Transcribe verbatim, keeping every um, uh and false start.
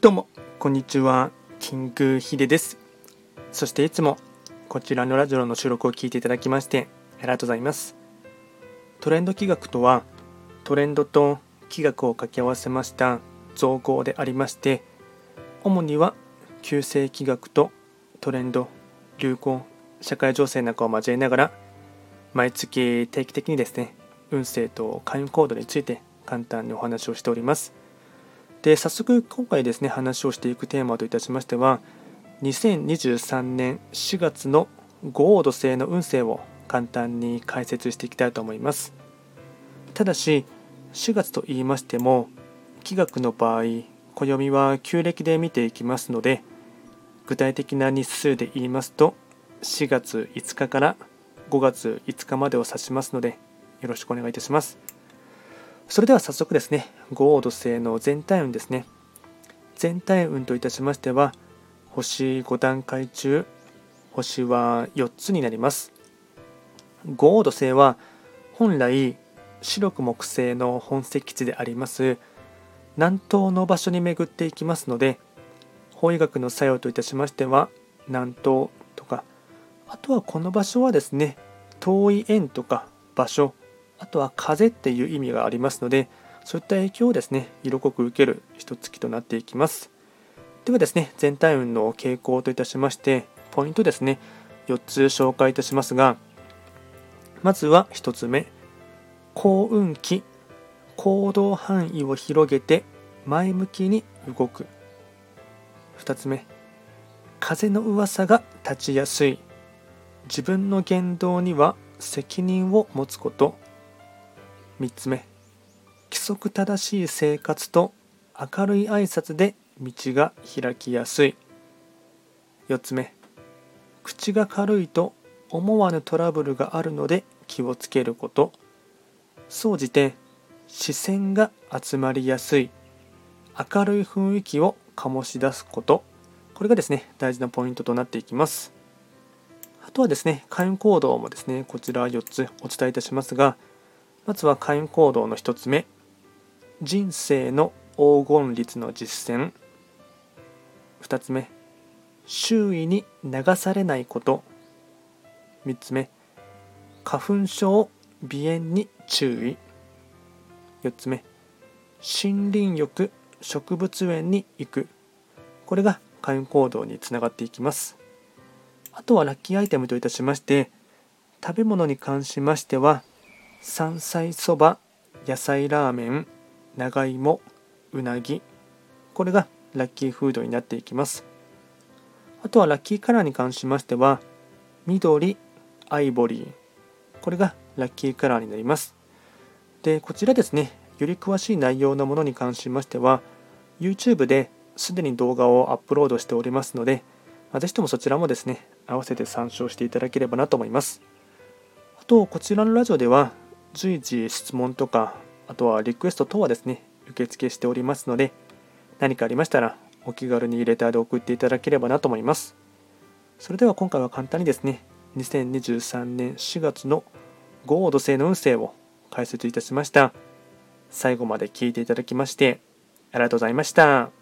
どうもこんにちは、キングヒデです。そしていつもこちらのラジオの収録を聞いていただきましてありがとうございます。トレンド企画とは、トレンドと企画を掛け合わせました造語でありまして、主には旧世企画とトレンド、流行、社会情勢なんかを交えながら、毎月定期的にですね、運勢と開運行動について簡単にお話をしております。で、早速今回ですね、話をしていくテーマといたしましては、にせんにじゅうさんねんしがつの五黄土星の運勢を簡単に解説していきたいと思います。ただし、しがつと言いましても、気学の場合、暦は旧暦で見ていきますので、具体的な日数で言いますと、しがついつかからごがついつかまでを指しますので、よろしくお願いいたします。それでは早速ですね、五黄土星の全体運ですね。全体運といたしましては、星ご段階中、星はよっつになります。五黄土星は本来、白く木星の本石地であります南東の場所に巡っていきますので、法医学の作用といたしましては、南東とか、あとはこの場所はですね、遠い円とか場所、あとは風っていう意味がありますので、そういった影響をですね、色濃く受ける一月となっていきます。ではですね、全体運の傾向といたしまして、ポイントですね、よっつ紹介いたしますが、まずはひとつめ、幸運期、行動範囲を広げて前向きに動く。ふたつめ、風の噂が立ちやすい。自分の言動には責任を持つこと。みっつめ、規則正しい生活と明るい挨拶で道が開きやすい。よっつめ、口が軽いと思わぬトラブルがあるので気をつけること。総じて視線が集まりやすい、明るい雰囲気を醸し出すこと。これがですね、大事なポイントとなっていきます。あとはですね、開運行動もですね、こちらよっつお伝えいたしますが、まずは開運行動のひとつめ、人生の黄金律の実践。ふたつめ、周囲に流されないこと。みっつめ、花粉症、鼻炎に注意。よっつめ、森林浴、植物園に行く。これが開運行動につながっていきます。あとはラッキーアイテムといたしまして、食べ物に関しましては、山菜そば、野菜ラーメン、長芋、うなぎ、これがラッキーフードになっていきます。あとはラッキーカラーに関しましては、緑、アイボリー、これがラッキーカラーになります。で、こちらですね、より詳しい内容のものに関しましては、YouTube ですでに動画をアップロードしておりますので、ぜひともそちらもですね、合わせて参照していただければなと思います。あと、こちらのラジオでは、随時質問とか、あとはリクエスト等はですね、受付しておりますので、何かありましたらお気軽にレターで送っていただければなと思います。それでは今回は簡単にですね、にせんにじゅうさんねんしがつの五黄土星の運勢を解説いたしました。最後まで聞いていただきましてありがとうございました。